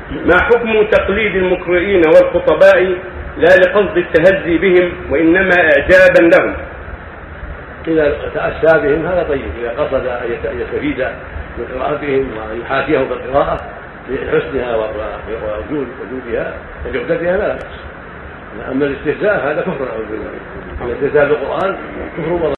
ما حكم تقليد المقرئين والخطباء لا لقصد التهزي بهم وإنما إعجابا لهم؟ إذا تأسى بهم هذا طيب، إذا قصد أن يستفيد من قراءتهم وأن يحاكيه بالقراءة لحسنها وجودها وجودتها لا بأس. أما الاستهزاء هذا كفر، أعوذ بالله. الاستهزاء بالقرآن كفر